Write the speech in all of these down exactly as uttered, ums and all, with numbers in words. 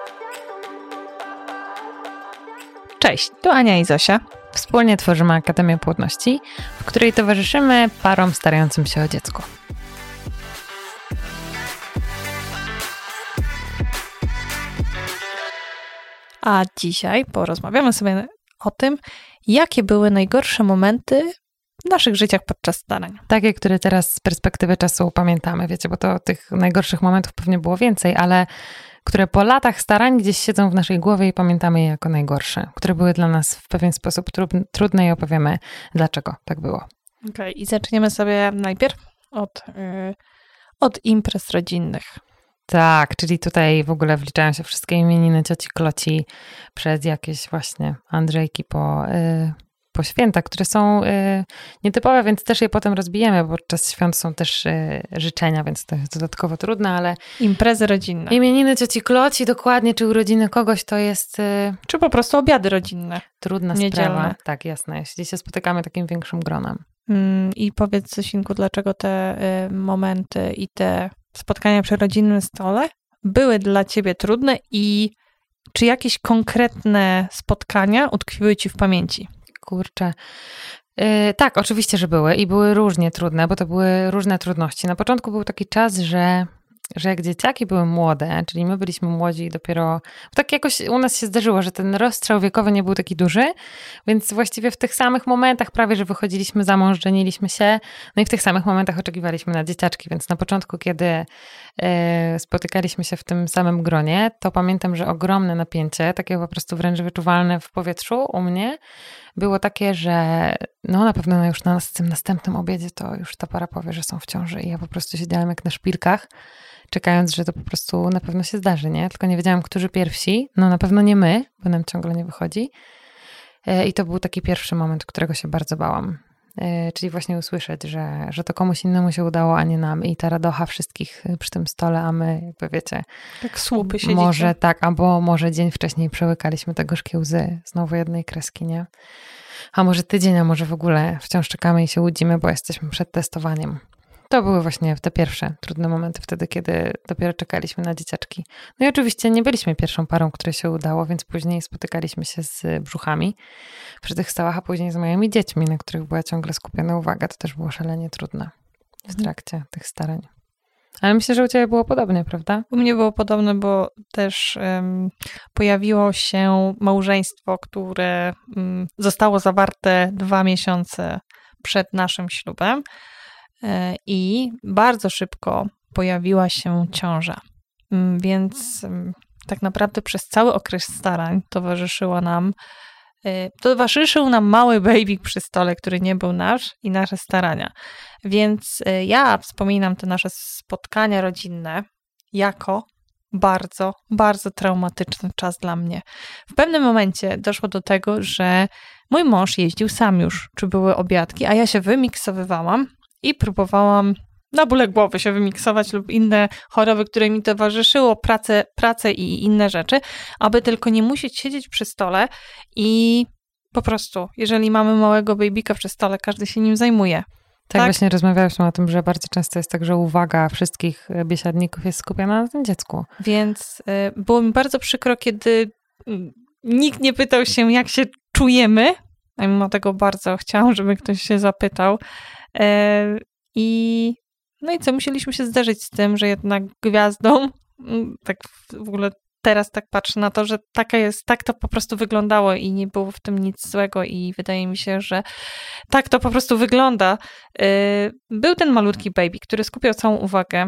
Cześć, tu Ania i Zosia. Wspólnie tworzymy Akademię Płodności, w której towarzyszymy parom starającym się o dziecko. A dzisiaj porozmawiamy sobie o tym, jakie były najgorsze momenty w naszych życiach podczas starań. Takie, które teraz z perspektywy czasu pamiętamy, wiecie, bo to tych najgorszych momentów pewnie było więcej, ale które po latach starań gdzieś siedzą w naszej głowie i pamiętamy je jako najgorsze, które były dla nas w pewien sposób trudne i opowiemy, dlaczego tak było. Okej, okay, i zaczniemy sobie najpierw od, yy, od imprez rodzinnych. Tak, czyli tutaj w ogóle wliczają się wszystkie imieniny cioci Kloci przez jakieś właśnie Andrzejki po, yy, po święta, które są yy, nietypowe, więc też je potem rozbijemy, bo podczas świąt są też yy, życzenia, więc to jest dodatkowo trudne, ale... Imprezy rodzinne. Imieniny cioci Kloci, dokładnie, czy urodziny kogoś, to jest... Yy, czy po prostu obiady rodzinne. Trudna niedzielne. Sprawa. Tak, jasne, jeśli się spotykamy takim większym gronem. Mm, I powiedz, Zosinku, dlaczego te y, momenty i te spotkania przy rodzinnym stole były dla ciebie trudne i czy jakieś konkretne spotkania utkwiły ci w pamięci? Kurczę. Yy, tak, oczywiście, że były i były różnie trudne, bo to były różne trudności. Na początku był taki czas, że, że jak dzieciaki były młode, czyli my byliśmy młodzi i dopiero, tak jakoś u nas się zdarzyło, że ten rozstrzał wiekowy nie był taki duży, więc właściwie w tych samych momentach prawie, że wychodziliśmy za mąż, żeniliśmy się, no i w tych samych momentach oczekiwaliśmy na dzieciaczki, więc na początku, kiedy yy, spotykaliśmy się w tym samym gronie, to pamiętam, że ogromne napięcie, takie po prostu wręcz wyczuwalne w powietrzu u mnie, było takie, że no na pewno już na tym następnym obiedzie to już ta para powie, że są w ciąży i ja po prostu siedziałam jak na szpilkach, czekając, że to po prostu na pewno się zdarzy, nie? Tylko nie wiedziałam, którzy pierwsi. No na pewno nie my, bo nam ciągle nie wychodzi. I to był taki pierwszy moment, którego się bardzo bałam. Czyli właśnie usłyszeć, że, że to komuś innemu się udało, a nie nam. I ta radocha wszystkich przy tym stole, a my jakby wiecie... Jak słupy siedzicie. Może tak, albo może dzień wcześniej przełykaliśmy te gorzkie łzy znowu jednej kreski, nie? A może tydzień, a może w ogóle wciąż czekamy i się łudzimy, bo jesteśmy przed testowaniem. To były właśnie te pierwsze trudne momenty wtedy, kiedy dopiero czekaliśmy na dzieciaczki. No i oczywiście nie byliśmy pierwszą parą, której się udało, więc później spotykaliśmy się z brzuchami przy tych stołach, a później z moimi dziećmi, na których była ciągle skupiona uwaga. To też było szalenie trudne w trakcie tych starań. Ale myślę, że u ciebie było podobnie, prawda? U mnie było podobne, bo też um, pojawiło się małżeństwo, które um, zostało zawarte dwa miesiące przed naszym ślubem e, i bardzo szybko pojawiła się ciąża. Um, więc um, tak naprawdę przez cały okres starań towarzyszyła nam Towarzyszył nam mały baby przy stole, który nie był nasz i nasze starania. Więc ja wspominam te nasze spotkania rodzinne jako bardzo, bardzo traumatyczny czas dla mnie. W pewnym momencie doszło do tego, że mój mąż jeździł sam już, czy były obiadki, a ja się wymiksowywałam i próbowałam na bóle głowy się wymiksować lub inne choroby, które mi towarzyszyło, pracę, pracę i inne rzeczy, aby tylko nie musieć siedzieć przy stole i po prostu, jeżeli mamy małego babyka przy stole, każdy się nim zajmuje. Tak, tak? Właśnie rozmawialiśmy o tym, że bardzo często jest tak, że uwaga wszystkich biesiadników jest skupiona na tym dziecku. Więc y, było mi bardzo przykro, kiedy y, nikt nie pytał się, jak się czujemy, a mimo tego bardzo chciałam, żeby ktoś się zapytał. Y, I No i co, musieliśmy się zderzyć z tym, że jednak gwiazdą, tak w ogóle teraz tak patrzę na to, że taka jest, tak to po prostu wyglądało i nie było w tym nic złego i wydaje mi się, że tak to po prostu wygląda. Był ten malutki baby, który skupiał całą uwagę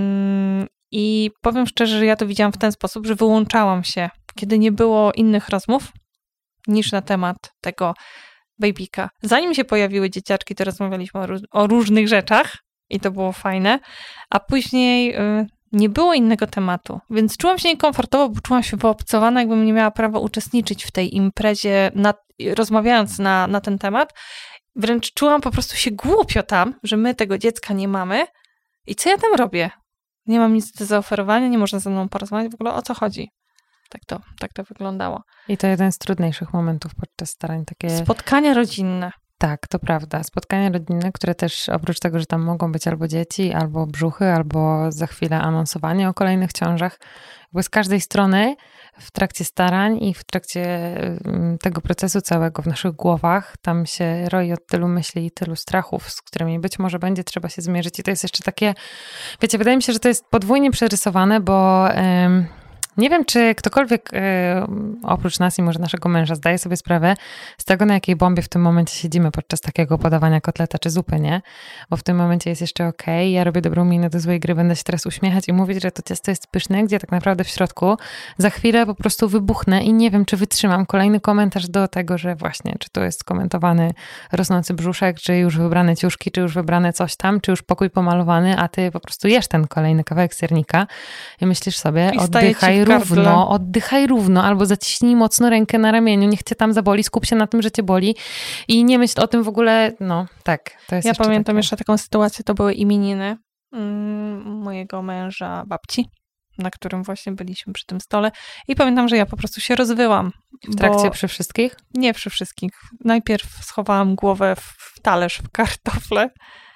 i powiem szczerze, że ja to widziałam w ten sposób, że wyłączałam się, kiedy nie było innych rozmów niż na temat tego babyka. Zanim się pojawiły dzieciaczki, to rozmawialiśmy o, o różnych rzeczach, i to było fajne, a później y, nie było innego tematu, więc czułam się niekomfortowo, bo czułam się wyobcowana, jakbym nie miała prawa uczestniczyć w tej imprezie, nad, rozmawiając na, na ten temat. Wręcz czułam po prostu się głupio tam, że my tego dziecka nie mamy i co ja tam robię? Nie mam nic do zaoferowania, nie można ze mną porozmawiać, w ogóle o co chodzi? Tak to, tak to wyglądało. I to jeden z trudniejszych momentów podczas starań. Takie... Spotkania rodzinne. Tak, to prawda. Spotkania rodzinne, które też oprócz tego, że tam mogą być albo dzieci, albo brzuchy, albo za chwilę anonsowanie o kolejnych ciążach, jakby z każdej strony w trakcie starań i w trakcie tego procesu całego w naszych głowach, tam się roi od tylu myśli i tylu strachów, z którymi być może będzie trzeba się zmierzyć. I to jest jeszcze takie, wiecie, wydaje mi się, że to jest podwójnie przerysowane, bo... Ym, Nie wiem, czy ktokolwiek yy, oprócz nas i może naszego męża zdaje sobie sprawę z tego, na jakiej bombie w tym momencie siedzimy podczas takiego podawania kotleta czy zupy, nie? Bo w tym momencie jest jeszcze okej, okay, ja robię dobrą minę do złej gry, będę się teraz uśmiechać i mówić, że to ciasto jest pyszne, gdzie tak naprawdę w środku za chwilę po prostu wybuchnę i nie wiem, czy wytrzymam kolejny komentarz do tego, że właśnie, czy to jest komentowany rosnący brzuszek, czy już wybrane ciuszki, czy już wybrane coś tam, czy już pokój pomalowany, a ty po prostu jesz ten kolejny kawałek sernika i myślisz sobie, I oddychaj równo, oddychaj równo, albo zaciśnij mocno rękę na ramieniu, niech cię tam zaboli, skup się na tym, że cię boli i nie myśl o tym w ogóle, no tak. To jest ja jeszcze pamiętam takie. jeszcze taką sytuację, to były imieniny mm, mojego męża babci, na którym właśnie byliśmy przy tym stole i pamiętam, że ja po prostu się rozwyłam. W trakcie przy wszystkich? Nie przy wszystkich. Najpierw schowałam głowę w talerz, w kartofle,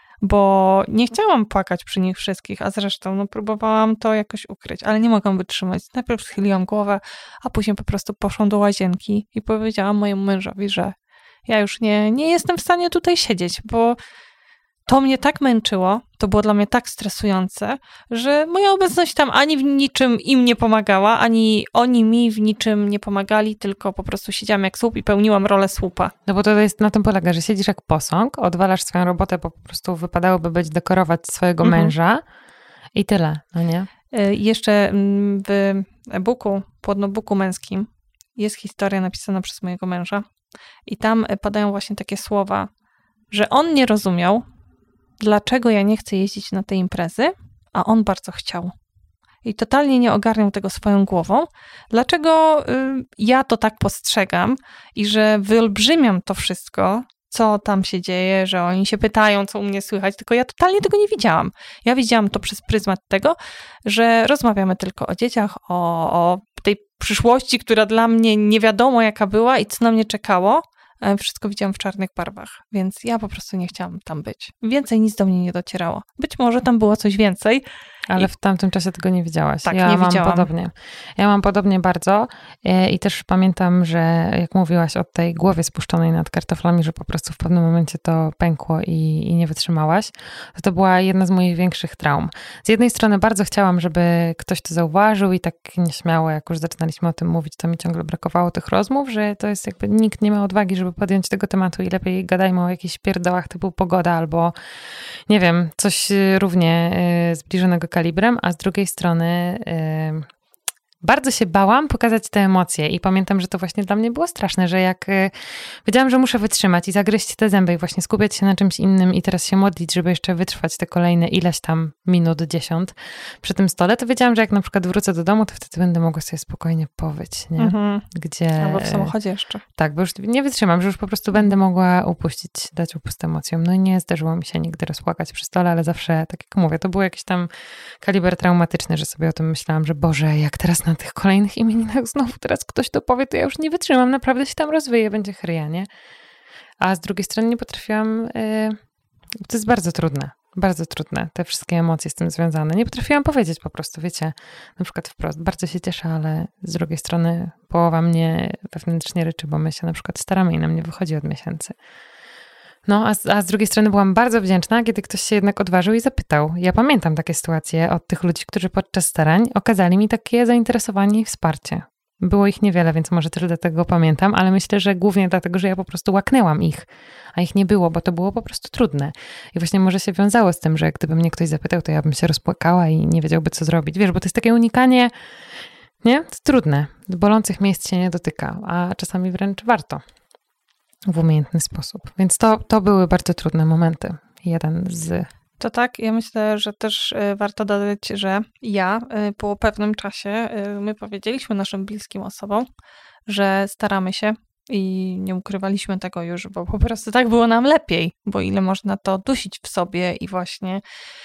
bo nie chciałam płakać przy nich wszystkich, a zresztą no, próbowałam to jakoś ukryć, ale nie mogłam wytrzymać. Najpierw schyliłam głowę, a później po prostu poszłam do łazienki i powiedziałam mojemu mężowi, że ja już nie, nie jestem w stanie tutaj siedzieć, bo to mnie tak męczyło, to było dla mnie tak stresujące, że moja obecność tam ani w niczym im nie pomagała, ani oni mi w niczym nie pomagali, tylko po prostu siedziałam jak słup i pełniłam rolę słupa. No bo to jest, na tym polega, że siedzisz jak posąg, odwalasz swoją robotę, bo po prostu wypadałoby być dekorować swojego mhm. męża i tyle, no nie? I jeszcze w e-booku, płodnobooku męskim jest historia napisana przez mojego męża i tam padają właśnie takie słowa, że on nie rozumiał, dlaczego ja nie chcę jeździć na te imprezy, a on bardzo chciał. I totalnie nie ogarniał tego swoją głową. Dlaczego y, ja to tak postrzegam i że wyolbrzymiam to wszystko, co tam się dzieje, że oni się pytają, co u mnie słychać, tylko ja totalnie tego nie widziałam. Ja widziałam to przez pryzmat tego, że rozmawiamy tylko o dzieciach, o, o tej przyszłości, która dla mnie nie wiadomo jaka była i co na mnie czekało. Wszystko widziałam w czarnych barwach, więc ja po prostu nie chciałam tam być. Więcej nic do mnie nie docierało. Być może tam było coś więcej. Ale w tamtym czasie tego nie widziałaś. Tak, ja nie mam widziałam. podobnie. Ja mam podobnie bardzo i też pamiętam, że jak mówiłaś o tej głowie spuszczonej nad kartoflami, że po prostu w pewnym momencie to pękło i, i nie wytrzymałaś, to to była jedna z moich większych traum. Z jednej strony bardzo chciałam, żeby ktoś to zauważył i tak nieśmiało, jak już zaczynaliśmy o tym mówić, to mi ciągle brakowało tych rozmów, że to jest jakby nikt nie ma odwagi, żeby podjąć tego tematu i lepiej gadajmy o jakichś pierdołach typu pogoda albo nie wiem, coś równie zbliżonego kalibrem, a z drugiej strony yy, bardzo się bałam pokazać te emocje i pamiętam, że to właśnie dla mnie było straszne, że jak yy, wiedziałam, że muszę wytrzymać i zagryźć te zęby i właśnie skupiać się na czymś innym i teraz się modlić, żeby jeszcze wytrwać te kolejne ileś tam minut, dziesiąt przy tym stole, to wiedziałam, że jak na przykład wrócę do domu, to wtedy będę mogła sobie spokojnie powyć, nie? Mhm. Gdzie... Albo w samochodzie jeszcze. Tak, bo już nie wytrzymam, że już po prostu będę mogła upuścić, dać upust emocjom. No i nie zdarzyło mi się nigdy rozpłakać przy stole, ale zawsze, tak jak mówię, to był jakiś tam kaliber traumatyczny, że sobie o tym myślałam, że Boże, jak teraz na tych kolejnych imieninach znowu teraz ktoś to powie, to ja już nie wytrzymam, naprawdę się tam rozwyję, będzie chryja, nie? A z drugiej strony nie potrafiłam, yy, to jest bardzo trudne, bardzo trudne, te wszystkie emocje z tym związane. Nie potrafiłam powiedzieć po prostu, wiecie, na przykład wprost, bardzo się cieszę, ale z drugiej strony połowa mnie wewnętrznie ryczy, bo my się na przykład staramy i nam nie wychodzi od miesięcy. No, a z, a z drugiej strony byłam bardzo wdzięczna, kiedy ktoś się jednak odważył i zapytał. Ja pamiętam takie sytuacje od tych ludzi, którzy podczas starań okazali mi takie zainteresowanie i wsparcie. Było ich niewiele, więc może też dlatego pamiętam, ale myślę, że głównie dlatego, że ja po prostu łaknęłam ich, a ich nie było, bo to było po prostu trudne. I właśnie może się wiązało z tym, że gdyby mnie ktoś zapytał, to ja bym się rozpłakała i nie wiedziałby, co zrobić. Wiesz, bo to jest takie unikanie, nie? To trudne. Bolących miejsc się nie dotyka, a czasami wręcz warto w umiejętny sposób. Więc to, to były bardzo trudne momenty. Jeden z... To tak, ja myślę, że też warto dodać, że ja po pewnym czasie, my powiedzieliśmy naszym bliskim osobom, że staramy się i nie ukrywaliśmy tego już, bo po prostu tak było nam lepiej, bo ile można to dusić w sobie i właśnie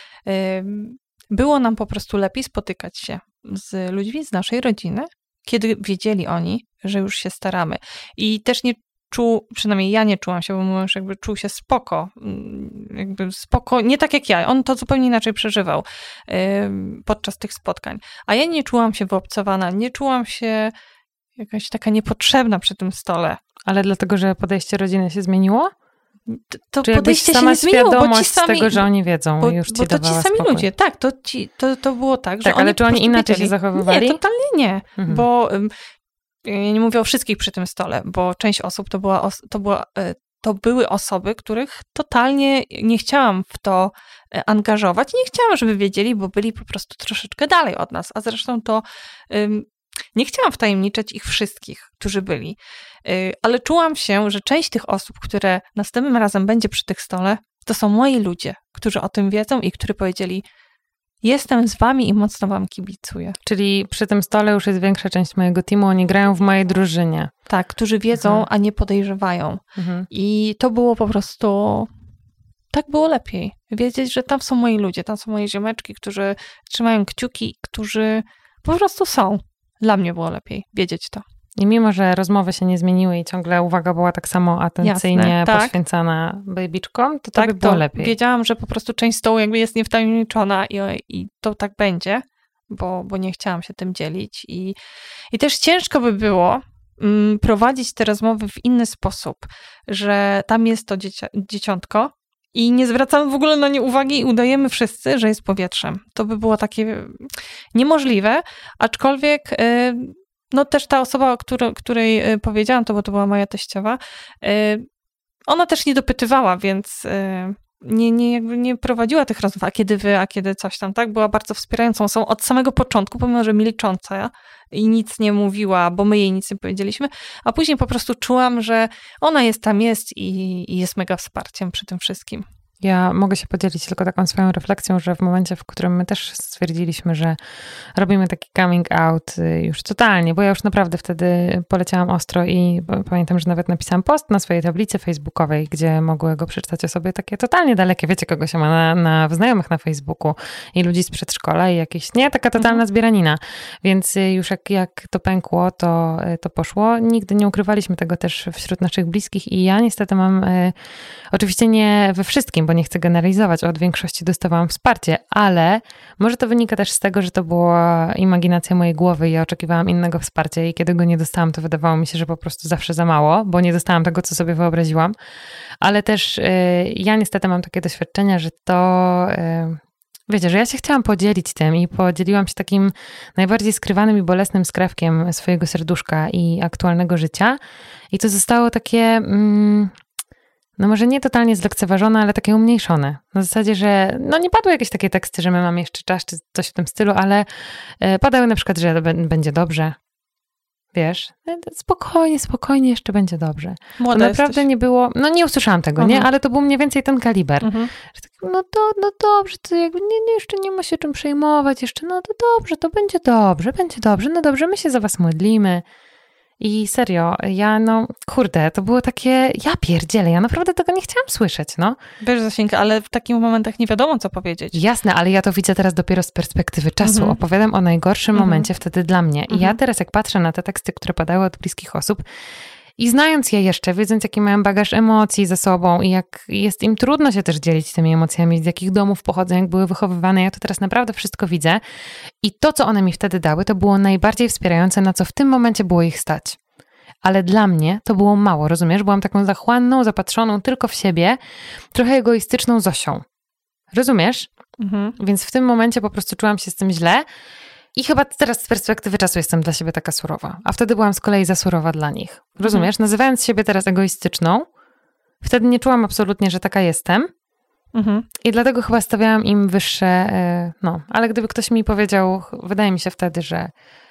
było nam po prostu lepiej spotykać się z ludźmi z naszej rodziny, kiedy wiedzieli oni, że już się staramy. I też nie czuł, przynajmniej ja nie czułam się, bo mój mąż jakby czuł się spoko, jakby spoko, nie tak jak ja, on to zupełnie inaczej przeżywał podczas tych spotkań, a ja nie czułam się wyobcowana, nie czułam się jakaś taka niepotrzebna przy tym stole. Ale dlatego, że podejście rodziny się zmieniło? To Czy podejście sama się nie zmieniło, świadomość bo ci sami, z tego, że oni wiedzą, bo, już ci bo to ci dawała sami spokój. ludzie, tak, to, ci, to, to było tak, że tak, oni ale czy oni inaczej wiedzieli, się zachowywali? Nie, totalnie nie, mhm. bo ja nie mówię o wszystkich przy tym stole, bo część osób to była, to była to były osoby, których totalnie nie chciałam w to angażować. Nie chciałam, żeby wiedzieli, bo byli po prostu troszeczkę dalej od nas. A zresztą to um, nie chciałam wtajemniczać ich wszystkich, którzy byli. Y, ale czułam się, że część tych osób, które następnym razem będzie przy tych stole, to są moi ludzie, którzy o tym wiedzą i którzy powiedzieli: jestem z wami i mocno wam kibicuję. Czyli przy tym stole już jest większa część mojego teamu, oni grają w mojej drużynie. Tak, którzy wiedzą, mhm. a nie podejrzewają. Mhm. I to było po prostu... Tak było lepiej. Wiedzieć, że tam są moi ludzie, tam są moje ziomeczki, którzy trzymają kciuki, którzy po prostu są. Dla mnie było lepiej wiedzieć to. I mimo, że rozmowy się nie zmieniły i ciągle uwaga była tak samo atencyjnie Jasne, tak. poświęcana babyczkom, to tak, to by było to lepiej. Wiedziałam, że po prostu część stołu jakby jest niewtajemniczona i, i to tak będzie, bo, bo nie chciałam się tym dzielić. I, i też ciężko by było mm, prowadzić te rozmowy w inny sposób, że tam jest to dziecia, dzieciątko i nie zwracamy w ogóle na nie uwagi i udajemy wszyscy, że jest powietrzem. To by było takie niemożliwe, aczkolwiek... Yy, No też ta osoba, o której, której powiedziałam, to bo to była moja teściowa, ona też nie dopytywała, więc nie, nie, jakby nie prowadziła tych rozmów, a kiedy wy, a kiedy coś tam, tak? Była bardzo wspierającą osobą od samego początku, pomimo że milcząca i nic nie mówiła, bo my jej nic nie powiedzieliśmy, a później po prostu czułam, że ona jest tam, jest i, i jest mega wsparciem przy tym wszystkim. Ja mogę się podzielić tylko taką swoją refleksją, że w momencie, w którym my też stwierdziliśmy, że robimy taki coming out już totalnie, bo ja już naprawdę wtedy poleciałam ostro i pamiętam, że nawet napisałam post na swojej tablicy facebookowej, gdzie mogły go przeczytać osoby takie totalnie dalekie, wiecie, kogo się ma na, na znajomych na Facebooku i ludzi z przedszkola i jakieś, nie, taka totalna mhm. zbieranina. Więc już jak, jak to pękło, to, to poszło. Nigdy nie ukrywaliśmy tego też wśród naszych bliskich i ja niestety mam, y, oczywiście nie we wszystkim, bo nie chcę generalizować, od większości dostawałam wsparcie, ale może to wynika też z tego, że to była imaginacja mojej głowy i ja oczekiwałam innego wsparcia i kiedy go nie dostałam, to wydawało mi się, że po prostu zawsze za mało, bo nie dostałam tego, co sobie wyobraziłam, ale też y, ja niestety mam takie doświadczenia, że to... Y, Wiecie, że ja się chciałam podzielić tym i podzieliłam się takim najbardziej skrywanym i bolesnym skrawkiem swojego serduszka i aktualnego życia i to zostało takie... Mm, no może nie totalnie zlekceważone, ale takie umniejszone. Na zasadzie, że no nie padły jakieś takie teksty, że my mamy jeszcze czas, czy coś w tym stylu, ale padały na przykład, że będzie dobrze. Wiesz, spokojnie, spokojnie, jeszcze będzie dobrze. Młoda to naprawdę jesteś. Nie było, no nie usłyszałam tego, mhm. nie? Ale to był mniej więcej ten kaliber. Mhm. Że tak, no to, no dobrze, to jakby nie, nie, jeszcze nie ma się czym przejmować, jeszcze no to dobrze, to będzie dobrze, będzie dobrze, no dobrze, my się za was modlimy. I serio, ja no, kurde, to było takie, ja pierdzielę, ja naprawdę tego nie chciałam słyszeć, no. Wiesz, Zosieńka, ale w takich momentach nie wiadomo, co powiedzieć. Jasne, ale ja to widzę teraz dopiero z perspektywy czasu. Mhm. Opowiadam o najgorszym mhm. momencie wtedy dla mnie. Mhm. I ja teraz jak patrzę na te teksty, które padały od bliskich osób i znając je jeszcze, wiedząc jaki mają bagaż emocji ze sobą i jak jest im trudno się też dzielić tymi emocjami, z jakich domów pochodzą, jak były wychowywane, ja to teraz naprawdę wszystko widzę. I to, co one mi wtedy dały, to było najbardziej wspierające, na co w tym momencie było ich stać. Ale dla mnie to było mało, rozumiesz? Byłam taką zachłanną, zapatrzoną tylko w siebie, trochę egoistyczną Zosią. Rozumiesz? Mhm. Więc w tym momencie po prostu czułam się z tym źle i chyba teraz z perspektywy czasu jestem dla siebie taka surowa. A wtedy byłam z kolei za surowa dla nich. Rozumiesz? Mhm. Nazywając siebie teraz egoistyczną, wtedy nie czułam absolutnie, że taka jestem. Mhm. I dlatego chyba stawiałam im wyższe, no, ale gdyby ktoś mi powiedział, wydaje mi się wtedy, że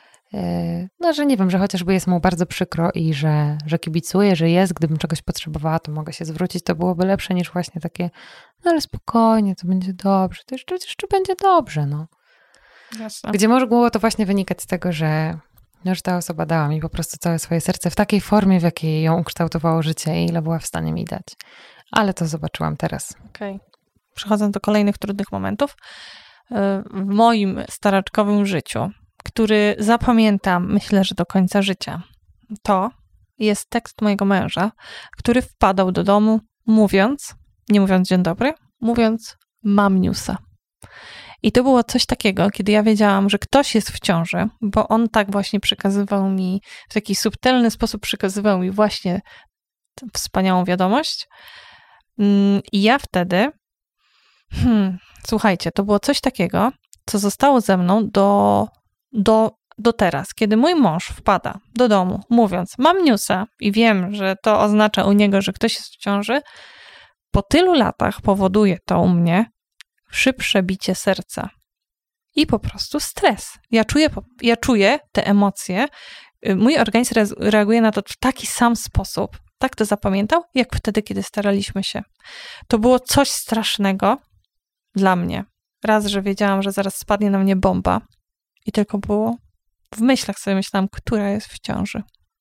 no, że nie wiem, że chociażby jest mu bardzo przykro i że, że kibicuje, że jest, gdybym czegoś potrzebowała, to mogę się zwrócić, to byłoby lepsze niż właśnie takie, no ale spokojnie, to będzie dobrze, to jeszcze, jeszcze będzie dobrze, no. Jasne. Gdzie mogło to właśnie wynikać z tego, że, no, że ta osoba dała mi po prostu całe swoje serce w takiej formie, w jakiej ją ukształtowało życie i ile była w stanie mi dać. Ale to zobaczyłam teraz. Okej. Okay. Przechodząc do kolejnych trudnych momentów. W moim staraczkowym życiu, który zapamiętam, myślę, że do końca życia, to, jest tekst mojego męża, który wpadał do domu mówiąc, nie mówiąc dzień dobry, mówiąc mam newsa. I to było coś takiego, kiedy ja wiedziałam, że ktoś jest w ciąży, bo on tak właśnie przekazywał mi, w taki subtelny sposób przekazywał mi właśnie tę wspaniałą wiadomość. I ja wtedy, hmm, słuchajcie, to było coś takiego, co zostało ze mną do, do, do teraz. Kiedy mój mąż wpada do domu, mówiąc, mam newsa i wiem, że to oznacza u niego, że ktoś jest w ciąży, po tylu latach powoduje to u mnie szybsze bicie serca i po prostu stres. Ja czuję, ja czuję te emocje, mój organizm reaguje na to w taki sam sposób, tak to zapamiętał, jak wtedy, kiedy staraliśmy się. To było coś strasznego dla mnie. Raz, że wiedziałam, że zaraz spadnie na mnie bomba i tylko było, w myślach sobie myślałam, która jest w ciąży.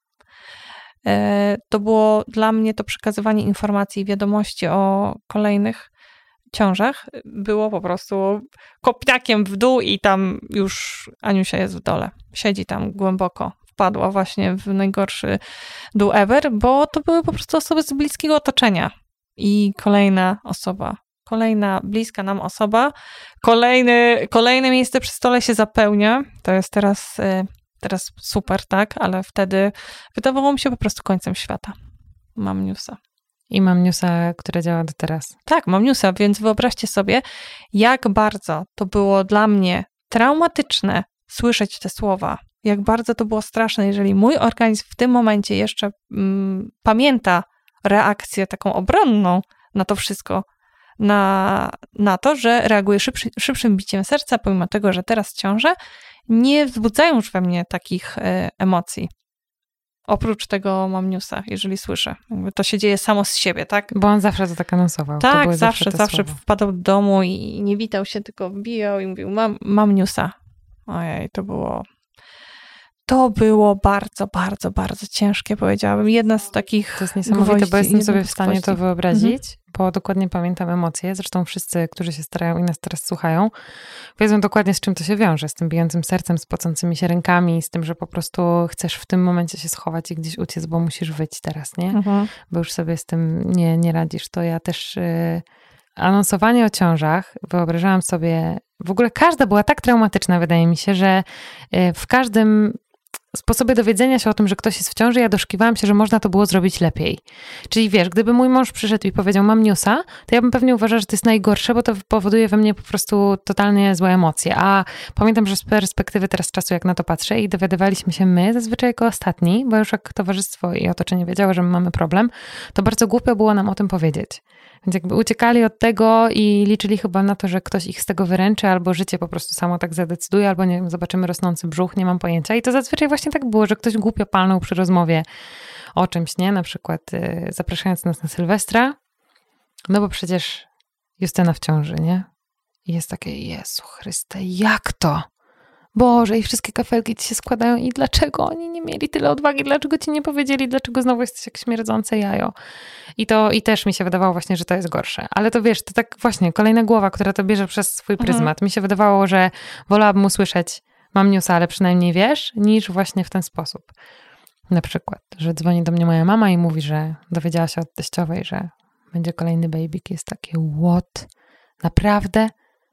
To było dla mnie to przekazywanie informacji i wiadomości o kolejnych ciążach było po prostu kopniakiem w dół i tam już Aniusia jest w dole. Siedzi tam głęboko. Wpadła właśnie w najgorszy dół ever, bo to były po prostu osoby z bliskiego otoczenia. I kolejna osoba, kolejna bliska nam osoba, kolejny, kolejne miejsce przy stole się zapełnia. To jest teraz, teraz super, tak? Ale wtedy wydawało mi się po prostu końcem świata. Mam newsa. I mam newsa, które działa do teraz. Tak, mam newsa, więc wyobraźcie sobie, jak bardzo to było dla mnie traumatyczne słyszeć te słowa. Jak bardzo to było straszne, jeżeli mój organizm w tym momencie jeszcze mm, pamięta reakcję taką obronną na to wszystko, na, na to, że reaguje szybszy, szybszym biciem serca, pomimo tego, że teraz ciążę, nie wzbudzają już we mnie takich e, emocji. Oprócz tego mam newsa, jeżeli słyszę. Jakby to się dzieje samo z siebie, tak? Bo on zawsze to tak anonsował. Tak, to zawsze, zawsze, zawsze słowa. wpadał do domu i nie witał się, tylko wbijał i mówił, mam, mam newsa. Ojej, to było... To było bardzo, bardzo, bardzo ciężkie, powiedziałabym. Jedna z takich To jest niesamowite, gwoździ, bo jestem sobie w stanie gwoździ. to wyobrazić, mhm. bo dokładnie pamiętam emocje. Zresztą wszyscy, którzy się starają i nas teraz słuchają, wiedzą dokładnie, z czym to się wiąże. Z tym bijącym sercem, z pocącymi się rękami, z tym, że po prostu chcesz w tym momencie się schować i gdzieś uciec, bo musisz wyjść teraz, nie? Mhm. Bo już sobie z tym nie, nie radzisz. To ja też... Yy, anonsowanie o ciążach, wyobrażałam sobie... W ogóle każda była tak traumatyczna, wydaje mi się, że yy, w każdym... sposobie dowiedzenia się o tym, że ktoś jest w ciąży, ja doszukiwałam się, że można to było zrobić lepiej. Czyli wiesz, gdyby mój mąż przyszedł i powiedział, mam newsa, to ja bym pewnie uważała, że to jest najgorsze, bo to powoduje we mnie po prostu totalnie złe emocje. A pamiętam, że z perspektywy teraz czasu, jak na to patrzę i dowiadywaliśmy się my, zazwyczaj jako ostatni, bo już jak towarzystwo i otoczenie wiedziało, że my mamy problem, to bardzo głupio było nam o tym powiedzieć. Więc jakby uciekali od tego i liczyli chyba na to, że ktoś ich z tego wyręczy, albo życie po prostu samo tak zadecyduje, albo nie wiem, zobaczymy rosnący brzuch, nie mam pojęcia. I to zazwyczaj właśnie tak było, że ktoś głupio palnął przy rozmowie o czymś, nie? Na przykład y, zapraszając nas na Sylwestra, no bo przecież Justyna w ciąży, nie? I jest takie, Jezu Chryste, jak to? Boże, i wszystkie kafelki ci się składają i dlaczego oni nie mieli tyle odwagi, dlaczego ci nie powiedzieli, dlaczego znowu jesteś jak śmierdzące jajo. I to i też mi się wydawało właśnie, że to jest gorsze. Ale to wiesz, to tak właśnie, kolejna głowa, która to bierze przez swój pryzmat. Mhm. Mi się wydawało, że wolałabym usłyszeć, mam newsa, ale przynajmniej wiesz, niż właśnie w ten sposób. Na przykład, że dzwoni do mnie moja mama i mówi, że dowiedziała się od teściowej, że będzie kolejny babyk. Jest takie, what? Naprawdę?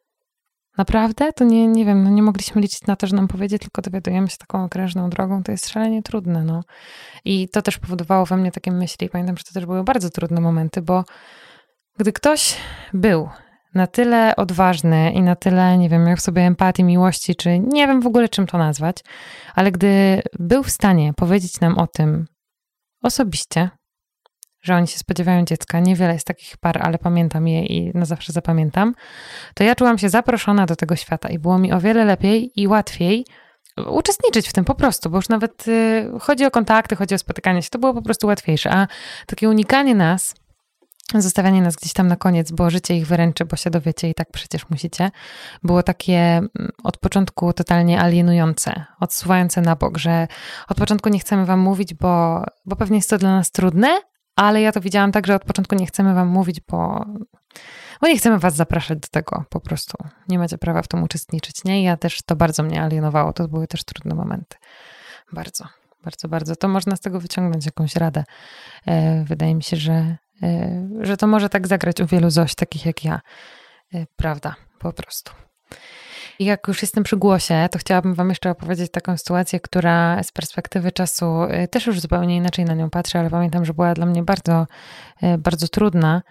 Naprawdę? To nie, nie wiem, no nie mogliśmy liczyć na to, że nam powiedzie, tylko dowiadujemy się taką okrężną drogą. To jest szalenie trudne, no. I to też powodowało we mnie takie myśli. Pamiętam, że to też były bardzo trudne momenty, bo gdy ktoś był na tyle odważny i na tyle, nie wiem, miał w sobie empatii, miłości, czy nie wiem w ogóle czym to nazwać, ale gdy był w stanie powiedzieć nam o tym osobiście, że oni się spodziewają dziecka, niewiele jest takich par, ale pamiętam je i na zawsze zapamiętam, to ja czułam się zaproszona do tego świata i było mi o wiele lepiej i łatwiej uczestniczyć w tym po prostu, bo już nawet y, chodzi o kontakty, chodzi o spotykanie się, to było po prostu łatwiejsze, a takie unikanie nas, zostawianie nas gdzieś tam na koniec, bo życie ich wyręczy, bo się dowiecie i tak przecież musicie, było takie od początku totalnie alienujące, odsuwające na bok, że od początku nie chcemy wam mówić, bo, bo pewnie jest to dla nas trudne, ale ja to widziałam tak, że od początku nie chcemy wam mówić, bo, bo nie chcemy was zapraszać do tego po prostu. Nie macie prawa w tym uczestniczyć, nie? I ja też, to bardzo mnie alienowało, to były też trudne momenty. Bardzo. bardzo, bardzo. To można z tego wyciągnąć jakąś radę. Wydaje mi się, że, że to może tak zagrać u wielu Zoś, takich jak ja. Prawda, po prostu. I jak już jestem przy głosie, to chciałabym wam jeszcze opowiedzieć taką sytuację, która z perspektywy czasu też już zupełnie inaczej na nią patrzę, ale pamiętam, że była dla mnie bardzo, bardzo trudna.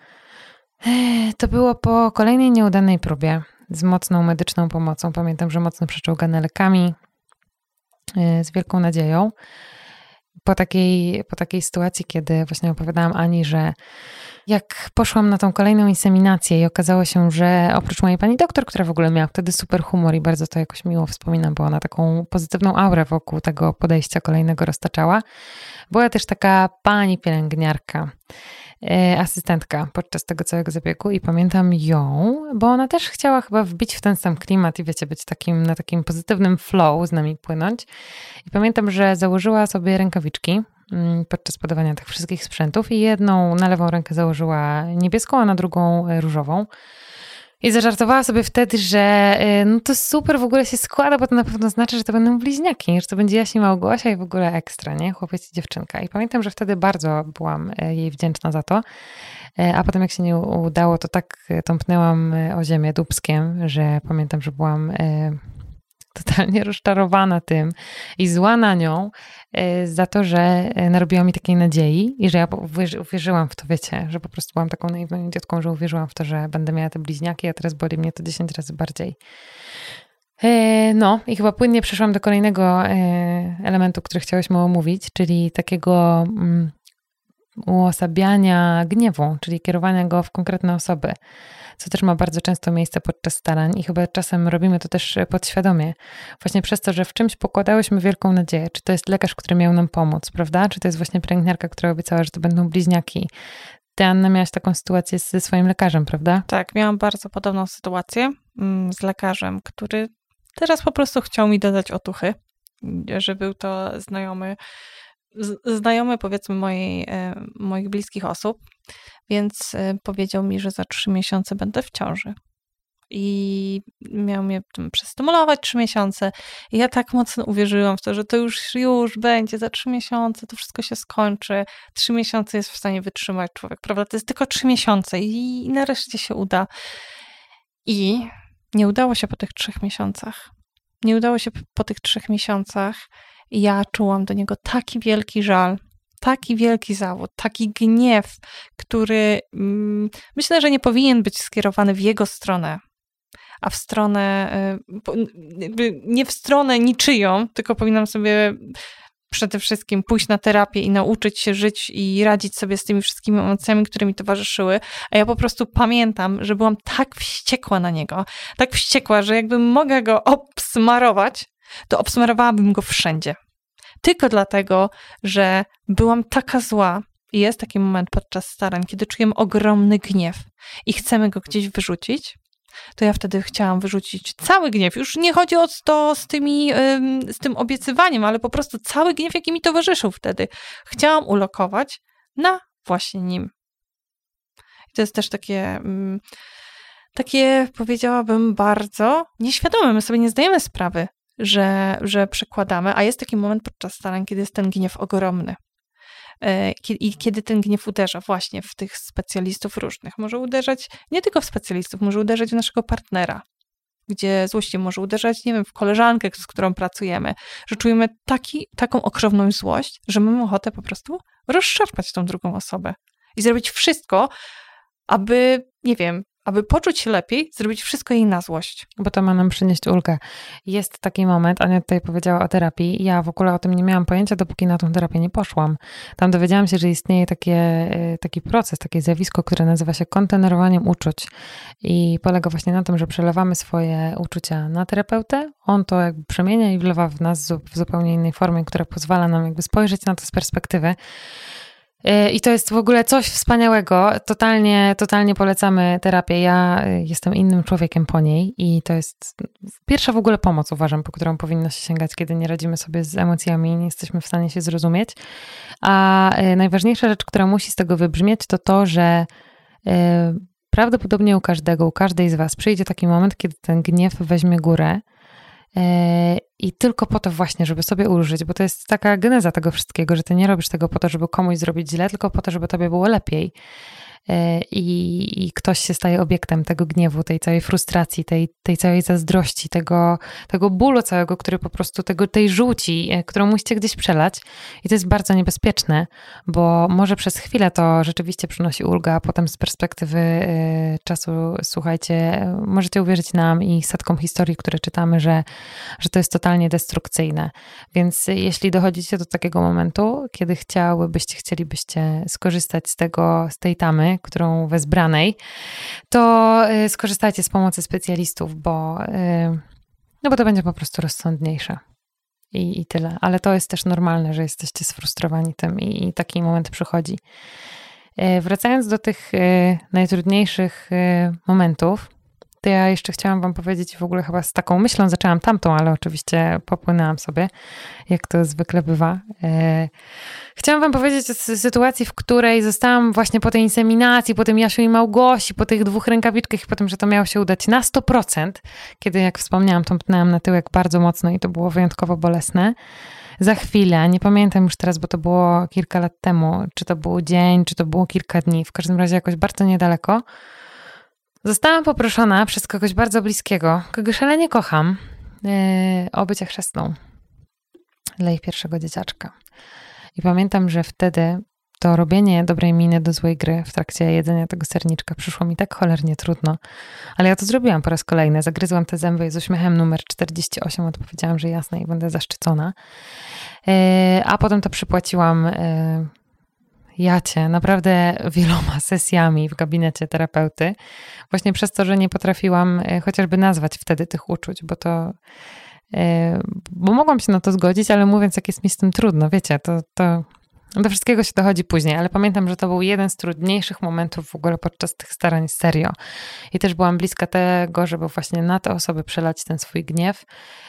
To było po kolejnej nieudanej próbie z mocną medyczną pomocą. Pamiętam, że mocno przeczołgane lekami, z wielką nadzieją. Po takiej, po takiej sytuacji, kiedy właśnie opowiadałam Ani, że jak poszłam na tą kolejną inseminację i okazało się, że oprócz mojej pani doktor, która w ogóle miała wtedy super humor i bardzo to jakoś miło wspominam, bo ona taką pozytywną aurę wokół tego podejścia kolejnego roztaczała, była też taka pani pielęgniarka, asystentka podczas tego całego zabiegu i pamiętam ją, bo ona też chciała chyba wbić w ten sam klimat i wiecie, być takim, na takim pozytywnym flow z nami płynąć. I pamiętam, że założyła sobie rękawiczki podczas podawania tych wszystkich sprzętów i jedną na lewą rękę założyła niebieską, a na drugą różową. I zażartowała sobie wtedy, że no to super w ogóle się składa, bo to na pewno znaczy, że to będą bliźniaki, że to będzie Jaś i Małgosia i w ogóle ekstra, nie? Chłopiec i dziewczynka. I pamiętam, że wtedy bardzo byłam jej wdzięczna za to. A potem jak się nie udało, to tak tąpnęłam o ziemię dupskiem, że pamiętam, że byłam totalnie rozczarowana tym i zła na nią za to, że narobiła mi takiej nadziei i że ja uwierzyłam w to, wiecie, że po prostu byłam taką naiwną idiotką, że uwierzyłam w to, że będę miała te bliźniaki, a teraz boli mnie to dziesięć razy bardziej. No i chyba płynnie przeszłam do kolejnego elementu, który chciałyśmy omówić, czyli takiego uosabiania gniewu, czyli kierowania go w konkretne osoby, co też ma bardzo często miejsce podczas starań i chyba czasem robimy to też podświadomie. Właśnie przez to, że w czymś pokładałyśmy wielką nadzieję. Czy to jest lekarz, który miał nam pomóc, prawda? Czy to jest właśnie pielęgniarka, która obiecała, że to będą bliźniaki. Ty, Anna, miałaś taką sytuację ze swoim lekarzem, prawda? Tak, miałam bardzo podobną sytuację z lekarzem, który teraz po prostu chciał mi dodać otuchy, że był to znajomy znajomy, powiedzmy, mojej, moich bliskich osób, więc powiedział mi, że za trzy miesiące będę w ciąży. I miał mnie przestymulować trzy miesiące. I ja tak mocno uwierzyłam w to, że to już, już będzie za trzy miesiące, to wszystko się skończy. Trzy miesiące jest w stanie wytrzymać człowiek, prawda? To jest tylko trzy miesiące i, i nareszcie się uda. I nie udało się po tych trzech miesiącach. Nie udało się po tych trzech miesiącach. I ja czułam do niego taki wielki żal, taki wielki zawód, taki gniew, który mm, myślę, że nie powinien być skierowany w jego stronę, a w stronę, y, nie w stronę niczyją, tylko powinnam sobie przede wszystkim pójść na terapię i nauczyć się żyć i radzić sobie z tymi wszystkimi emocjami, które mi towarzyszyły. A ja po prostu pamiętam, że byłam tak wściekła na niego, tak wściekła, że jakbym mogła go obsmarować, to obsmarowałabym go wszędzie. Tylko dlatego, że byłam taka zła i jest taki moment podczas starań, kiedy czujemy ogromny gniew i chcemy go gdzieś wyrzucić, to ja wtedy chciałam wyrzucić cały gniew. Już nie chodzi o to z, tymi, z tym obiecywaniem, ale po prostu cały gniew, jaki mi towarzyszył wtedy. Chciałam ulokować na właśnie nim. I to jest też takie... takie, powiedziałabym, bardzo nieświadome. My sobie nie zdajemy sprawy, że, że przekładamy, a jest taki moment podczas starań, kiedy jest ten gniew ogromny. I kiedy ten gniew uderza właśnie w tych specjalistów różnych. Może uderzać nie tylko w specjalistów, może uderzać w naszego partnera, gdzie złość może uderzać, nie wiem, w koleżankę, z którą pracujemy, że czujemy taki, taką okropną złość, że mamy ochotę po prostu rozszarpać tą drugą osobę i zrobić wszystko, aby, nie wiem, aby poczuć się lepiej, zrobić wszystko jej na złość. Bo to ma nam przynieść ulgę. Jest taki moment, Ania tutaj powiedziała o terapii. Ja w ogóle o tym nie miałam pojęcia, dopóki na tą terapię nie poszłam. Tam dowiedziałam się, że istnieje takie, taki proces, takie zjawisko, które nazywa się kontenerowaniem uczuć. I polega właśnie na tym, że przelewamy swoje uczucia na terapeutę. On to jakby przemienia i wlewa w nas w zupełnie innej formie, która pozwala nam jakby spojrzeć na to z perspektywy. I to jest w ogóle coś wspaniałego. Totalnie, totalnie polecamy terapię. Ja jestem innym człowiekiem po niej i to jest pierwsza w ogóle pomoc, uważam, po którą powinno się sięgać, kiedy nie radzimy sobie z emocjami i nie jesteśmy w stanie się zrozumieć. A najważniejsza rzecz, która musi z tego wybrzmieć, to to, że prawdopodobnie u każdego, u każdej z was przyjdzie taki moment, kiedy ten gniew weźmie górę I tylko po to właśnie, żeby sobie ulżyć, bo to jest taka geneza tego wszystkiego, że ty nie robisz tego po to, żeby komuś zrobić źle, tylko po to, żeby tobie było lepiej. I, i ktoś się staje obiektem tego gniewu, tej całej frustracji, tej, tej całej zazdrości, tego, tego bólu całego, który po prostu, tego, tej żółci, którą musicie gdzieś przelać. I to jest bardzo niebezpieczne, bo może przez chwilę to rzeczywiście przynosi ulgę, a potem z perspektywy y, czasu, słuchajcie, możecie uwierzyć nam i setkom historii, które czytamy, że, że to jest totalnie destrukcyjne. Więc jeśli dochodzicie do takiego momentu, kiedy chciałybyście, chcielibyście skorzystać z tego, z tej tamy, którą wezbranej, to skorzystajcie z pomocy specjalistów, bo, no bo to będzie po prostu rozsądniejsze. I, i tyle. Ale to jest też normalne, że jesteście sfrustrowani tym i, i taki moment przychodzi. Wracając do tych najtrudniejszych momentów, to ja jeszcze chciałam wam powiedzieć, w ogóle chyba z taką myślą zaczęłam tamtą, ale oczywiście popłynęłam sobie, jak to zwykle bywa. Chciałam wam powiedzieć o sytuacji, w której zostałam właśnie po tej inseminacji, po tym Jasiu i Małgosi, po tych dwóch rękawiczkach i po tym, że to miało się udać na sto procent, kiedy, jak wspomniałam, tąpnęłam na tyłek bardzo mocno i to było wyjątkowo bolesne. Za chwilę, nie pamiętam już teraz, bo to było kilka lat temu, czy to był dzień, czy to było kilka dni, w każdym razie jakoś bardzo niedaleko, zostałam poproszona przez kogoś bardzo bliskiego, kogo szalenie kocham, yy, o bycie chrzestną dla ich pierwszego dzieciaczka. I pamiętam, że wtedy to robienie dobrej miny do złej gry w trakcie jedzenia tego serniczka przyszło mi tak cholernie trudno. Ale ja to zrobiłam po raz kolejny. Zagryzłam te zęby i z uśmiechem numer czterdzieści osiem odpowiedziałam, że jasne i będę zaszczycona. Yy, a potem to przypłaciłam yy, jacie naprawdę wieloma sesjami w gabinecie terapeuty. Właśnie przez to, że nie potrafiłam yy, chociażby nazwać wtedy tych uczuć, bo to bo mogłam się na to zgodzić, ale mówiąc, jak jest mi z tym trudno, wiecie, to, to do wszystkiego się dochodzi później, ale pamiętam, że to był jeden z trudniejszych momentów w ogóle podczas tych starań serio. I też byłam bliska tego, żeby właśnie na te osoby przelać ten swój gniew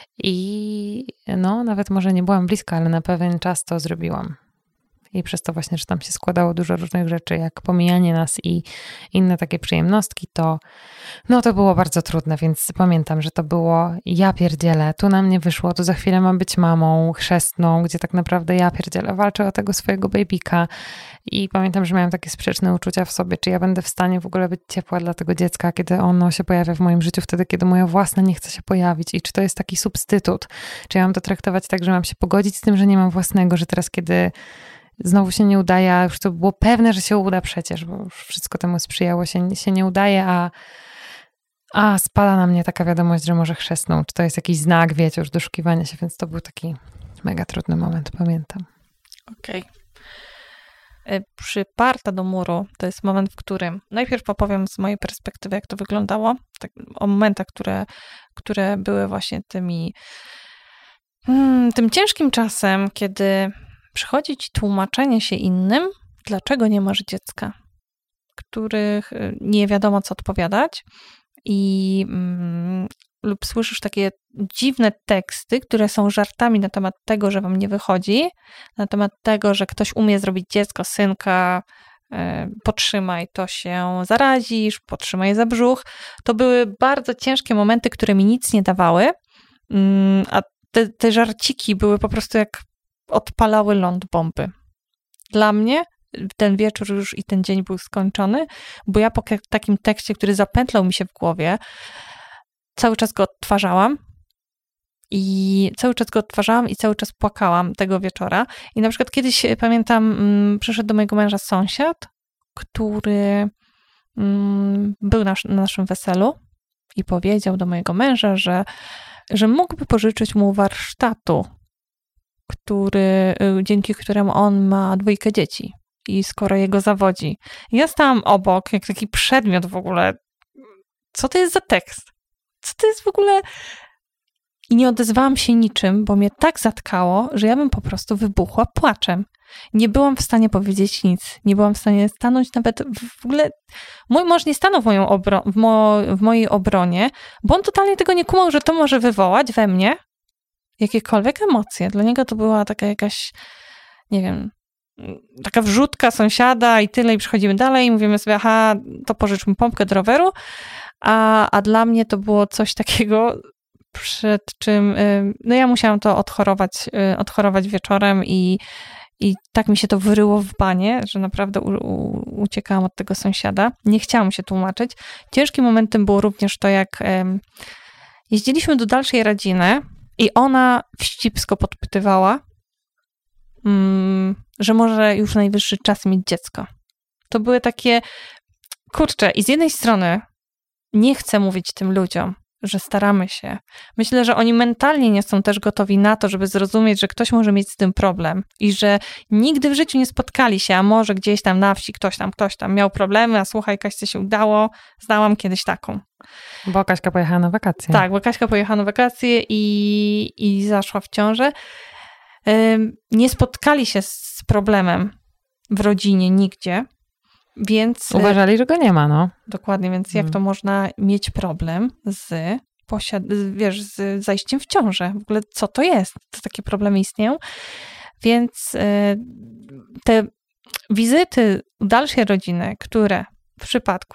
i no, nawet może nie byłam bliska, ale na pewien czas to zrobiłam. I przez to właśnie, że tam się składało dużo różnych rzeczy, jak pomijanie nas i inne takie przyjemnostki, to no to było bardzo trudne, więc pamiętam, że to było ja pierdzielę, tu nam nie wyszło, tu za chwilę mam być mamą chrzestną, gdzie tak naprawdę ja pierdzielę, walczę o tego swojego babyka i pamiętam, że miałam takie sprzeczne uczucia w sobie, czy ja będę w stanie w ogóle być ciepła dla tego dziecka, kiedy ono się pojawia w moim życiu, wtedy, kiedy moja własna nie chce się pojawić i czy to jest taki substytut, czy ja mam to traktować tak, że mam się pogodzić z tym, że nie mam własnego, że teraz, kiedy znowu się nie udaje, a już to było pewne, że się uda przecież, bo już wszystko temu sprzyjało, się, się nie udaje, a, a spada na mnie taka wiadomość, że może chrzestną. Czy to jest jakiś znak, wiecie, już doszukiwania się, więc to był taki mega trudny moment, pamiętam. Okej. Okay. Przyparta do muru to jest moment, w którym najpierw opowiem z mojej perspektywy, jak to wyglądało, tak, o momentach, które, które były właśnie tymi hmm, tym ciężkim czasem, kiedy przychodzi ci tłumaczenie się innym, dlaczego nie masz dziecka, których nie wiadomo co odpowiadać i mm, lub słyszysz takie dziwne teksty, które są żartami na temat tego, że wam nie wychodzi, na temat tego, że ktoś umie zrobić dziecko, synka, y, potrzymaj, to się zarazisz, potrzymaj za brzuch. To były bardzo ciężkie momenty, które mi nic nie dawały, y, a te, te żarciki były po prostu jak odpalały ląd bomby. Dla mnie ten wieczór już i ten dzień był skończony, bo ja po takim tekście, który zapętlał mi się w głowie, cały czas go odtwarzałam i cały czas go odtwarzałam i cały czas płakałam tego wieczora. I na przykład kiedyś, pamiętam, przyszedł do mojego męża sąsiad, który był na naszym weselu i powiedział do mojego męża, że, że mógłby pożyczyć mu warsztatu, który, dzięki któremu on ma dwójkę dzieci i skoro jego zawodzi. Ja stałam obok, jak taki przedmiot w ogóle. Co to jest za tekst? Co to jest w ogóle? I nie odezwałam się niczym, bo mnie tak zatkało, że ja bym po prostu wybuchła płaczem. Nie byłam w stanie powiedzieć nic. Nie byłam w stanie stanąć nawet w ogóle... Mój mąż nie stanął w, moją obro... w, mo... w mojej obronie, bo on totalnie tego nie kumał, że to może wywołać we mnie jakiekolwiek emocje. Dla niego to była taka jakaś, nie wiem, taka wrzutka sąsiada i tyle, i przechodzimy dalej i mówimy sobie, aha, to pożycz mi pompkę do roweru, a, a dla mnie to było coś takiego przed czym, no ja musiałam to odchorować, odchorować wieczorem i, i tak mi się to wyryło w banie, że naprawdę u, u, uciekałam od tego sąsiada. Nie chciałam się tłumaczyć. Ciężkim momentem było również to, jak um, jeździliśmy do dalszej rodziny i ona wścibsko podpytywała, um, że może już najwyższy czas mieć dziecko. To były takie, kurczę, i z jednej strony nie chcę mówić tym ludziom, że staramy się. Myślę, że oni mentalnie nie są też gotowi na to, żeby zrozumieć, że ktoś może mieć z tym problem i że nigdy w życiu nie spotkali się, a może gdzieś tam na wsi ktoś tam, ktoś tam miał problemy, a słuchaj, Kaśce się udało, znałam kiedyś taką. Bo Kaśka pojechała na wakacje. Tak, bo Kaśka pojechała na wakacje i, i zaszła w ciążę. Nie spotkali się z problemem w rodzinie nigdzie, więc... Uważali, że go nie ma, no. Dokładnie, więc jak to można mieć problem z, posiad- wiesz, z zajściem w ciążę? W ogóle co to jest? To takie problemy istnieją? Więc te wizyty u dalszej rodziny, które w przypadku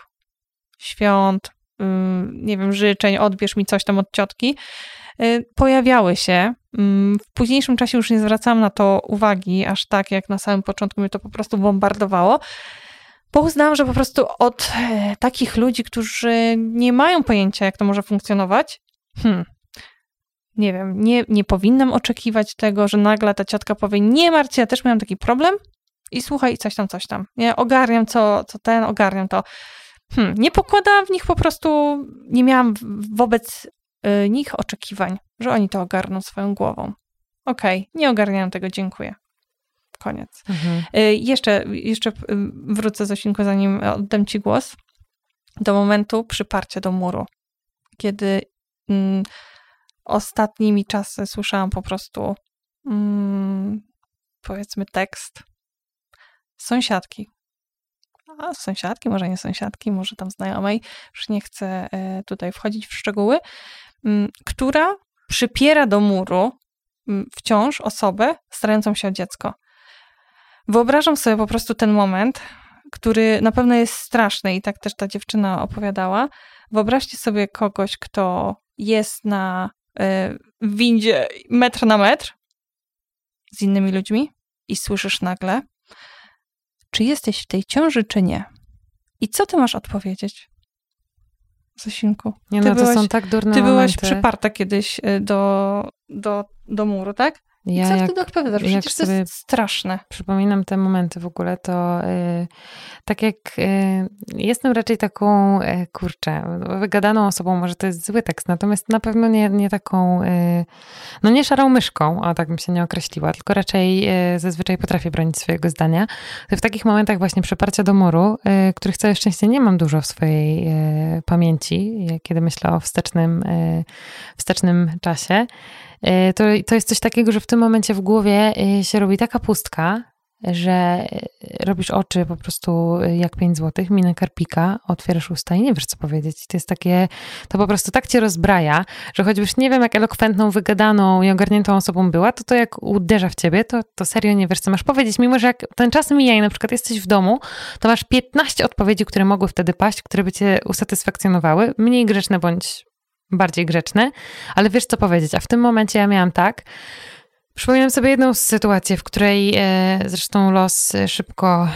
świąt, nie wiem, życzeń, odbierz mi coś tam od ciotki, pojawiały się. W późniejszym czasie już nie zwracałam na to uwagi, aż tak jak na samym początku mnie to po prostu bombardowało, bo uznałam, że po prostu od takich ludzi, którzy nie mają pojęcia, jak to może funkcjonować, hmm, nie wiem, nie, nie powinnam oczekiwać tego, że nagle ta ciotka powie, nie martw się, ja też miałam taki problem i słuchaj, coś tam, coś tam. Nie, ogarniam co, co ten, ogarniam to. Hmm, nie pokładałam w nich po prostu, nie miałam wobec y, nich oczekiwań, że oni to ogarną swoją głową. Okej, okay, nie ogarniam tego, dziękuję. Koniec. Mhm. Y, jeszcze, jeszcze wrócę, Zosinku, zanim oddam ci głos, do momentu przyparcia do muru, kiedy mm, ostatnimi czasy słyszałam po prostu mm, powiedzmy tekst sąsiadki. A sąsiadki, może nie sąsiadki, może tam znajomej, już nie chcę tutaj wchodzić w szczegóły, która przypiera do muru wciąż osobę starającą się o dziecko. Wyobrażam sobie po prostu ten moment, który na pewno jest straszny i tak też ta dziewczyna opowiadała. Wyobraźcie sobie kogoś, kto jest na windzie metr na metr z innymi ludźmi i słyszysz nagle, czy jesteś w tej ciąży, czy nie. I co ty masz odpowiedzieć? Zosinku. Nie no, to byłaś, są tak durne Ty momenty. byłaś przyparta kiedyś do, do, do muru, tak? I ja co jak, wtedy odpowiadasz? Przecież to jest straszne. Przypominam te momenty w ogóle, to yy, tak jak yy, jestem raczej taką, yy, kurczę, wygadaną osobą, może to jest zły tekst, natomiast na pewno nie, nie taką, yy, no nie szarą myszką, o tak bym się nie określiła, tylko raczej yy, zazwyczaj potrafię bronić swojego zdania. To w takich momentach właśnie przeparcia do muru, yy, których całe szczęście nie mam dużo w swojej yy, pamięci, kiedy myślę o wstecznym, yy, wstecznym czasie, To, to jest coś takiego, że w tym momencie w głowie się robi taka pustka, że robisz oczy po prostu jak pięć złotych, minę karpika, otwierasz usta i nie wiesz, co powiedzieć. To jest takie, to po prostu tak cię rozbraja, że choćbyś nie wiem, jak elokwentną, wygadaną i ogarniętą osobą była, to to jak uderza w ciebie, to, to serio nie wiesz, co masz powiedzieć. Mimo, że jak ten czas mija i na przykład jesteś w domu, to masz piętnaście odpowiedzi, które mogły wtedy paść, które by cię usatysfakcjonowały, mniej grzeczne bądź bardziej grzeczne, ale wiesz, co powiedzieć. A w tym momencie ja miałam tak, przypominam sobie jedną sytuację, w której e, zresztą los szybko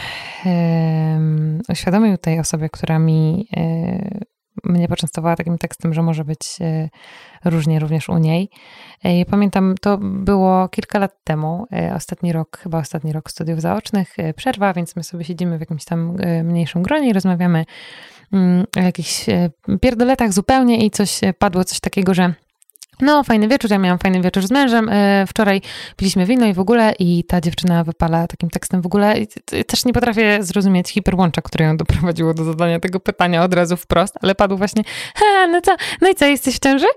e, uświadomił tej osobie, która mi e, mnie poczęstowała takim tekstem, że może być e, różnie również u niej. E, pamiętam, to było kilka lat temu, e, ostatni rok, chyba ostatni rok studiów zaocznych, e, przerwa, więc my sobie siedzimy w jakimś tam e, mniejszym gronie i rozmawiamy o jakichś pierdoletach zupełnie i coś padło, coś takiego, że no fajny wieczór, ja miałam fajny wieczór z mężem, wczoraj piliśmy wino i w ogóle i ta dziewczyna wypala takim tekstem w ogóle i też nie potrafię zrozumieć hiperłącza, które ją doprowadziło do zadania tego pytania od razu wprost, ale padł właśnie, ha, no co, no i co, jesteś w ciąży?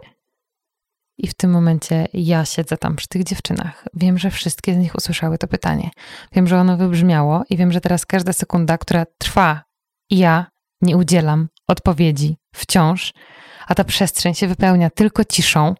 I w tym momencie ja siedzę tam przy tych dziewczynach. Wiem, że wszystkie z nich usłyszały to pytanie. Wiem, że ono wybrzmiało i wiem, że teraz każda sekunda, która trwa i ja nie udzielam odpowiedzi wciąż, a ta przestrzeń się wypełnia tylko ciszą.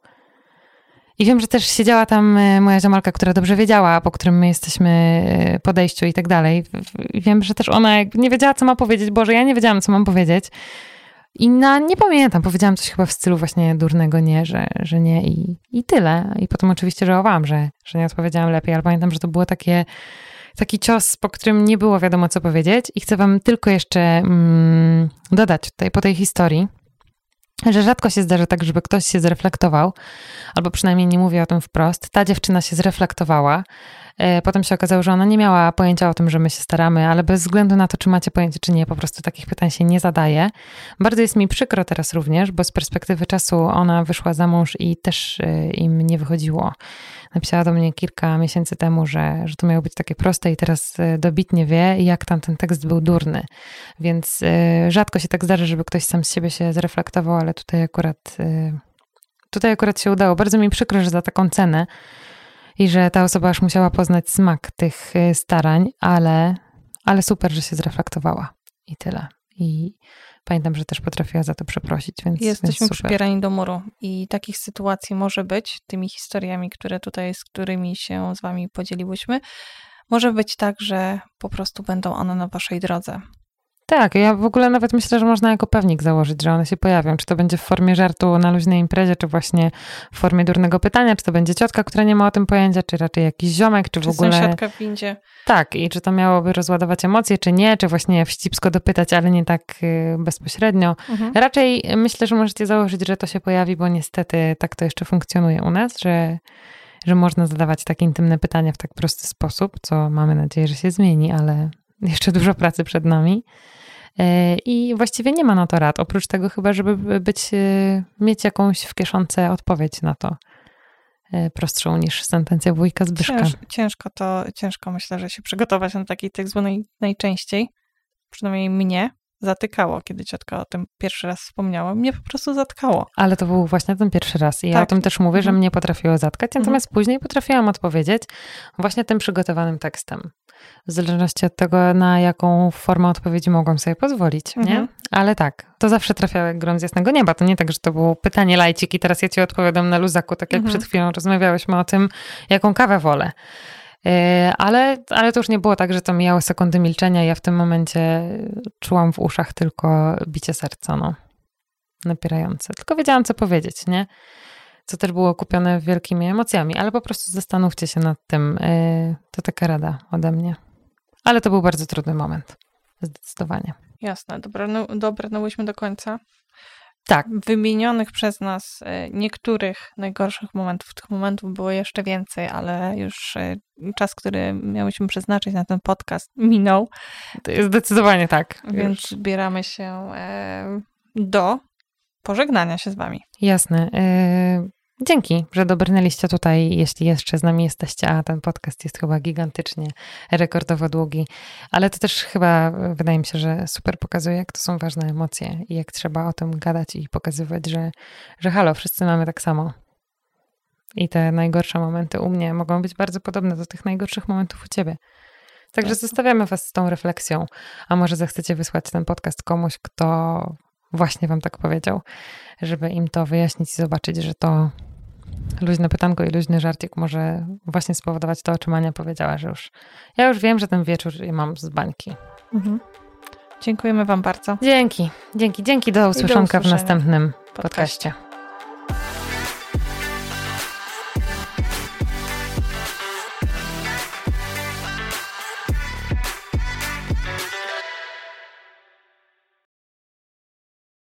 I wiem, że też siedziała tam moja ziomalka, która dobrze wiedziała, po którym my jesteśmy podejściu i tak dalej. I wiem, że też ona nie wiedziała, co ma powiedzieć. Boże, ja nie wiedziałam, co mam powiedzieć. I na, nie pamiętam, powiedziałam coś chyba w stylu właśnie durnego nie, że, że nie i, i tyle. I potem oczywiście żałowałam, że, że nie odpowiedziałam lepiej, ale pamiętam, że to było takie, taki cios, po którym nie było wiadomo co powiedzieć i chcę wam tylko jeszcze mm, dodać tutaj po tej historii, że rzadko się zdarza tak, żeby ktoś się zreflektował, albo przynajmniej nie mówię o tym wprost. Ta dziewczyna się zreflektowała. Potem się okazało, że ona nie miała pojęcia o tym, że my się staramy, ale bez względu na to, czy macie pojęcie, czy nie, po prostu takich pytań się nie zadaje. Bardzo jest mi przykro teraz również, bo z perspektywy czasu ona wyszła za mąż i też im nie wychodziło. Napisała do mnie kilka miesięcy temu, że, że to miało być takie proste i teraz dobitnie wie, jak tam ten tekst był durny. Więc rzadko się tak zdarza, żeby ktoś sam z siebie się zreflektował, ale tutaj akurat, tutaj akurat się udało. Bardzo mi przykro, że za taką cenę i że ta osoba aż musiała poznać smak tych starań, ale, ale super, że się zreflektowała i tyle. I pamiętam, że też potrafiła za to przeprosić, więc Jesteśmy więc przypierani do muru i takich sytuacji może być, tymi historiami, które tutaj, z którymi się z wami podzieliłyśmy, może być tak, że po prostu będą one na waszej drodze. Tak, ja w ogóle nawet myślę, że można jako pewnik założyć, że one się pojawią. Czy to będzie w formie żartu na luźnej imprezie, czy właśnie w formie durnego pytania, czy to będzie ciotka, która nie ma o tym pojęcia, czy raczej jakiś ziomek, czy, czy w ogóle... sąsiadka w windzie. Tak, i czy to miałoby rozładować emocje, czy nie, czy właśnie wścibsko dopytać, ale nie tak y, bezpośrednio. Mhm. Raczej myślę, że możecie założyć, że to się pojawi, bo niestety tak to jeszcze funkcjonuje u nas, że, że można zadawać takie intymne pytania w tak prosty sposób, co mamy nadzieję, że się zmieni, ale jeszcze dużo pracy przed nami. I właściwie nie ma na to rad, oprócz tego chyba, żeby być, mieć jakąś w kieszonce odpowiedź na to prostszą niż sentencja wujka Zbyszka. Cięż, ciężko to, ciężko myślę, że się przygotować na taki tekst, bo naj, najczęściej, przynajmniej mnie, zatykało, kiedy ciotka o tym pierwszy raz wspomniała. Mnie po prostu zatkało. Ale to był właśnie ten pierwszy raz. I ja tak. o tym też mówię, mhm. że mnie potrafiło zatkać, natomiast mhm. później potrafiłam odpowiedzieć właśnie tym przygotowanym tekstem. W zależności od tego, na jaką formę odpowiedzi mogłam sobie pozwolić, mhm. nie? Ale tak, to zawsze trafiało jak grom z jasnego nieba. To nie tak, że to było pytanie lajcik i teraz ja ci odpowiadam na luzaku, tak jak mhm. przed chwilą rozmawiałyśmy o tym, jaką kawę wolę. Ale, ale to już nie było tak, że to mijały sekundy milczenia i ja w tym momencie czułam w uszach tylko bicie serca, no, napierające. Tylko wiedziałam, co powiedzieć, nie? Co też było kupione wielkimi emocjami, ale po prostu zastanówcie się nad tym. To taka rada ode mnie. Ale to był bardzo trudny moment. Zdecydowanie. Jasne, dobra, dobrnęłyśmy do końca. Tak. Wymienionych przez nas niektórych najgorszych momentów, tych momentów było jeszcze więcej, ale już czas, który miałyśmy przeznaczyć na ten podcast, minął. To jest zdecydowanie tak. Więc już zbieramy się do pożegnania się z wami. Jasne. Dzięki, że dobrnęliście tutaj, jeśli jeszcze z nami jesteście, a ten podcast jest chyba gigantycznie, rekordowo długi, ale to też chyba wydaje mi się, że super pokazuje, jak to są ważne emocje i jak trzeba o tym gadać i pokazywać, że, że halo, wszyscy mamy tak samo. I te najgorsze momenty u mnie mogą być bardzo podobne do tych najgorszych momentów u ciebie. Także tak. Zostawiamy was z tą refleksją, a może zechcecie wysłać ten podcast komuś, kto właśnie wam tak powiedział, żeby im to wyjaśnić i zobaczyć, że to luźne pytanko i luźny żarcik może właśnie spowodować to, o czym Ania powiedziała, że już ja już wiem, że ten wieczór mam z bańki. Mhm. Dziękujemy wam bardzo. Dzięki, dzięki, dzięki. Do usłyszonka w następnym podcaście.